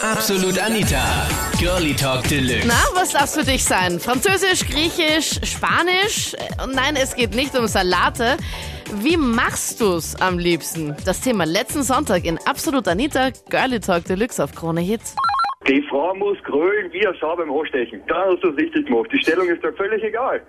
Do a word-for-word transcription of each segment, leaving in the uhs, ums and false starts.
Absolut Anita, Girlie Talk Deluxe. Na, was darf's für dich sein? Französisch, Griechisch, Spanisch? Und nein, es geht nicht um Salate. Wie machst du's am liebsten? Das Thema letzten Sonntag in Absolut Anita, Girlie Talk Deluxe auf Krone Hits. Die Frau muss grölen wie ein Sau beim Anstechen. Da hast du es richtig gemacht. Die Stellung ist doch völlig egal.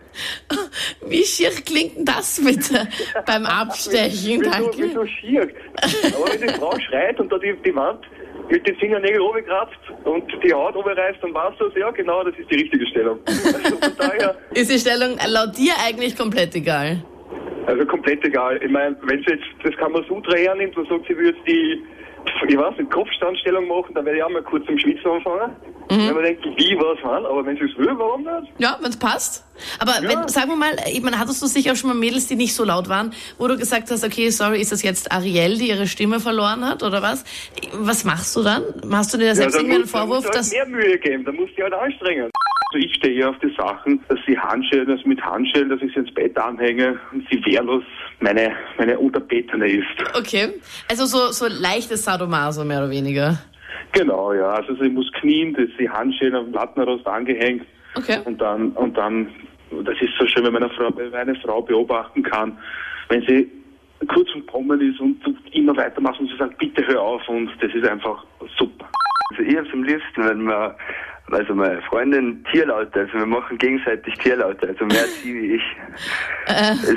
Wie schier klingt denn das bitte beim Abstechen? Wieso, Danke. wieso schier? Aber wenn die Frau schreit und da die, die Wand mit den Fingernägeln runterkratzt und die Haut runterreißt, dann weißt du es, ja genau, das ist die richtige Stellung. Also von daher, Ist die Stellung laut dir eigentlich komplett egal? also komplett egal. Ich meine, wenn sie jetzt das Kamasutra hernimmt und sagt, sie würde jetzt die, ich weiß nicht, Kopfstandstellung machen, dann werde ich auch mal kurz zum Schwitzen anfangen. Mhm. Wenn man denkt, wie, was, wann, aber wenn sie es will, warum nicht? Ja, wenn's passt. Aber Ja. wenn, sagen wir mal, ich meine, hattest du sicher auch schon mal Mädels, die nicht so laut waren, wo du gesagt hast, okay, sorry, ist das jetzt Ariel, die ihre Stimme verloren hat, oder was? Was machst du dann? Machst du dir da selbst da irgendwie einen muss- da Vorwurf, muss dass... halt mehr Mühe geben, da musst du halt anstrengen. Also ich stehe eher auf die Sachen, dass sie Handschellen, also mit Handschellen, dass ich sie ins Bett anhänge und sie wehrlos meine, meine Unterbetene ist. Okay, also so, so leichtes Sadomaso, mehr oder weniger. Genau, ja. Also sie muss knien, dass die Handschellen am Lattenrost angehängt Okay. und dann, und dann, das ist so schön, wenn man eine Frau, wenn man eine Frau beobachten kann, wenn sie kurz und kommen ist und immer weitermacht und sie sagt, bitte hör auf, und das ist einfach super. Also ich hab's am liebsten, wenn man, also meine Freundin Tierlaute, also wir machen gegenseitig Tierlaute, also mehr sie wie ich. Äh, Es,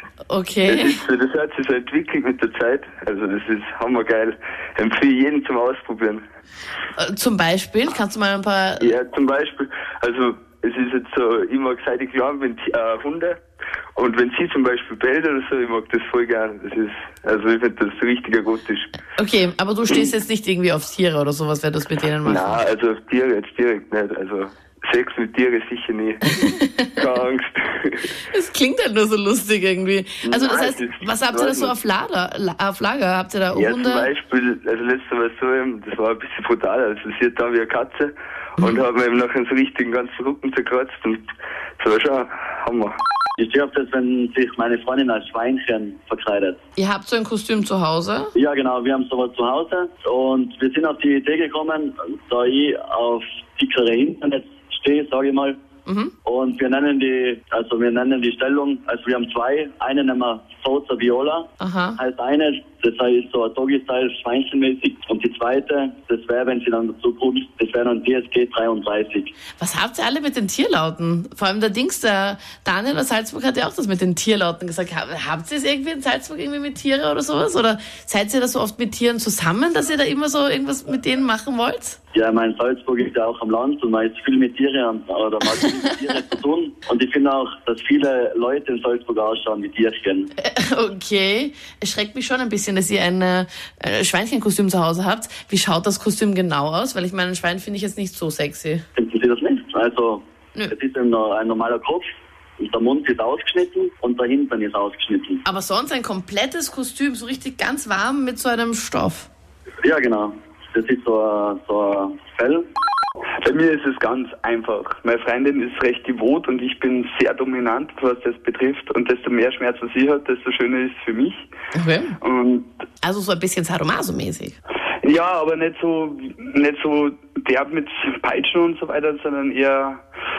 okay. das, ist, so- das hat sich so entwickelt mit der Zeit, also das ist hammergeil. Empfehle jeden zum Ausprobieren. Äh, Zum Beispiel, kannst du mal ein paar... Ja, zum Beispiel, also es ist jetzt so, ich mag seit ich klein bin äh, Hunde, und wenn sie zum Beispiel bellt oder so, ich mag das voll gern. Das ist, also ich finde das richtig erotisch. Okay, aber du stehst jetzt nicht irgendwie auf Tiere oder sowas, wenn du es mit denen machst. Na, also auf Tiere jetzt direkt nicht, also Sex mit Tieren sicher nie. Keine Angst. Das klingt halt nur so lustig irgendwie. Also das Nein, heißt, das ist- was habt ihr da so weiß auf Lager? La- Auf Lager? Habt ihr da Ja, zum Hunde? Beispiel, also letztes Mal so, eben, das war ein bisschen brutal, also sie hat da wie eine Katze und hat mir eben nachher so richtig den ganzen Rücken zerkratzt, und das war schon Hammer. Ich sehe das, wenn sich meine Freundin als Schweinchen verkleidet. Ihr habt so ein Kostüm zu Hause? Ja, genau, wir haben sowas zu Hause und wir sind auf die Idee gekommen, da ich auf dickere Internet stehe, sage ich mal. Mhm. Und wir nennen die, also wir nennen die Stellung, also wir haben zwei, eine nennen wir Forza Viola, Aha. heißt eine, das heißt so ein Doggy-Style, Schweinchenmäßig, und die zweite, das wäre, wenn sie dann dazu kommt, das wäre dann D S G dreiunddreißig. Was habt ihr alle mit den Tierlauten? Vor allem der Dings, der Daniel aus Salzburg hat ja auch das mit den Tierlauten gesagt. Hab- Habt ihr es irgendwie in Salzburg irgendwie mit Tiere oder sowas? Oder seid ihr da so oft mit Tieren zusammen, dass ihr da immer so irgendwas mit denen machen wollt? Ja, mein Salzburg ist ja auch am Land und man ist viel mit Tieren oder man hat viel mit Tieren zu tun. Und ich finde auch, dass viele Leute in Salzburg ausschauen wie Tierchen. Okay, es schreckt mich schon ein bisschen, dass ihr ein äh, Schweinchenkostüm zu Hause habt. Wie schaut das Kostüm genau aus? Weil ich meine, ein Schwein finde ich jetzt nicht so sexy. Finden Sie das nicht? Also, Nö. es ist eben noch ein normaler Kopf und der Mund ist ausgeschnitten und der Hintern ist ausgeschnitten. Aber sonst ein komplettes Kostüm, so richtig ganz warm mit so einem Stoff. Ja, genau. Das ist so ein, so ein Fell. Bei mir ist es ganz einfach. Meine Freundin ist recht devot und ich bin sehr dominant, was das betrifft. Und desto mehr Schmerzen sie hat, desto schöner ist es für mich. Okay. Und Also so ein bisschen Sadomaso-mäßig. ja, aber nicht so nicht so derb mit Peitschen und so weiter, sondern eher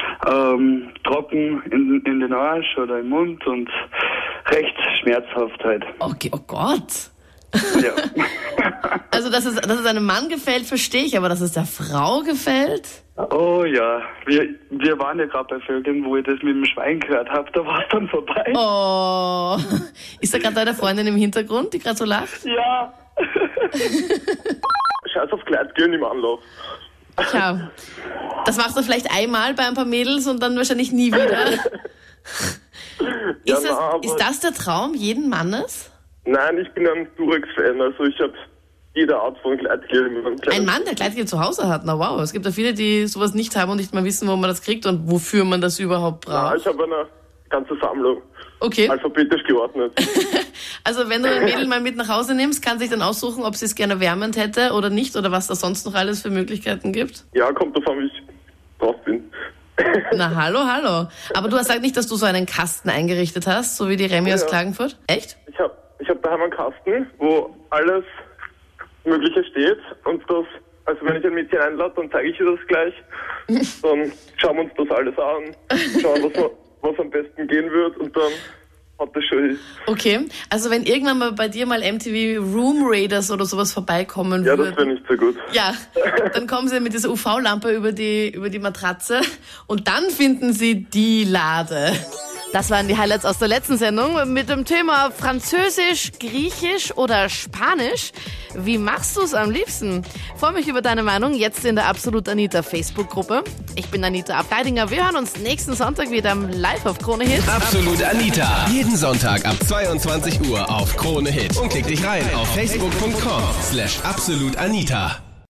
ähm, trocken in, in den Arsch oder im Mund und recht schmerzhaft halt. Okay, oh Gott. Ja. Also, dass es, dass es einem Mann gefällt, verstehe ich, aber dass es der Frau gefällt? Oh ja, wir, wir waren ja gerade bei Vögeln, wo ich das mit dem Schwein gehört habe, da war es dann vorbei. Oh. Ist da gerade deine Freundin im Hintergrund, die gerade so lacht? Ja. Scheiß auf Gleitgehen im Anlauf. Tja. Das machst du vielleicht einmal bei ein paar Mädels und dann wahrscheinlich nie wieder. Ja, Ist das, na, aber- ist das der Traum jeden Mannes? Nein, ich bin ein Durex-Fan, also ich habe jede Art von Gleitgel. in meinem kleinen- Ein Mann, der Gleitgel zu Hause hat, na wow. Es gibt ja viele, die sowas nicht haben und nicht mal wissen, wo man das kriegt und wofür man das überhaupt Ja, braucht. ich habe eine ganze Sammlung, Okay. alphabetisch geordnet. Also wenn du ein Mädel mal mit nach Hause nimmst, kann sich dann aussuchen, ob sie es gerne wärmend hätte oder nicht oder was da sonst noch alles für Möglichkeiten gibt? Ja, kommt davon, wie ich drauf bin. Na hallo, hallo. Aber du hast gesagt nicht, dass du so einen Kasten eingerichtet hast, so wie die Remy aus Ja. Klagenfurt? Echt? Ich habe ich hab daheim einen Kasten, wo alles Mögliche steht und das also wenn ich ein Mädchen einlade, dann zeige ich ihr das gleich. Dann schauen wir uns das alles an, schauen, was, was am besten gehen wird und dann hat das schon. Okay, also wenn irgendwann mal bei dir mal M T V Room Raiders oder sowas vorbeikommen Ja, würde. das wäre nicht so gut. Ja, dann kommen sie mit dieser U V-Lampe über die, über die Matratze und dann finden sie die Lade. Das waren die Highlights aus der letzten Sendung mit dem Thema Französisch, Griechisch oder Spanisch. Wie machst du es am liebsten? Freue mich über deine Meinung jetzt in der Absolut Anita Facebook-Gruppe. Ich bin Anita Abteidinger. Wir hören uns nächsten Sonntag wieder live auf Krone Hit. Absolut Anita. Jeden Sonntag ab zweiundzwanzig Uhr auf Krone Hit. Und klick dich rein auf facebook punkt com slash absolutanita.